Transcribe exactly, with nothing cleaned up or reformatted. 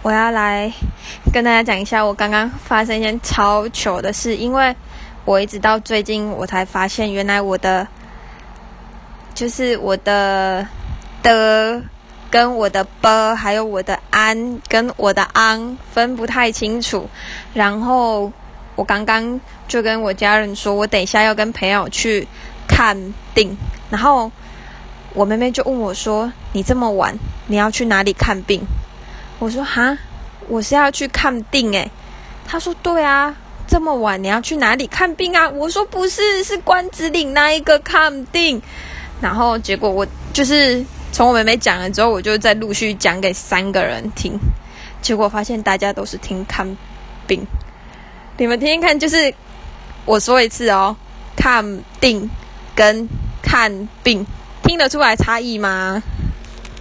我要来跟大家讲一下我刚刚发生一件超糗的事，因为我一直到最近我才发现，原来我的就是我的的跟我的 b 还有我的安跟我的昂分不太清楚。然后我刚刚就跟我家人说，我等一下要跟朋友去看病，然后我妹妹就问我说，你这么晚你要去哪里看病？我说哈，我是要去看病诶。她说对啊，这么晚你要去哪里看病啊？我说不是，是关子岭那一个看病。然后结果我就是从我妹妹讲了之后，我就再陆续讲给三个人听，结果发现大家都是听看病。你们听听看，就是我说一次哦，看病跟看病听得出来差异吗？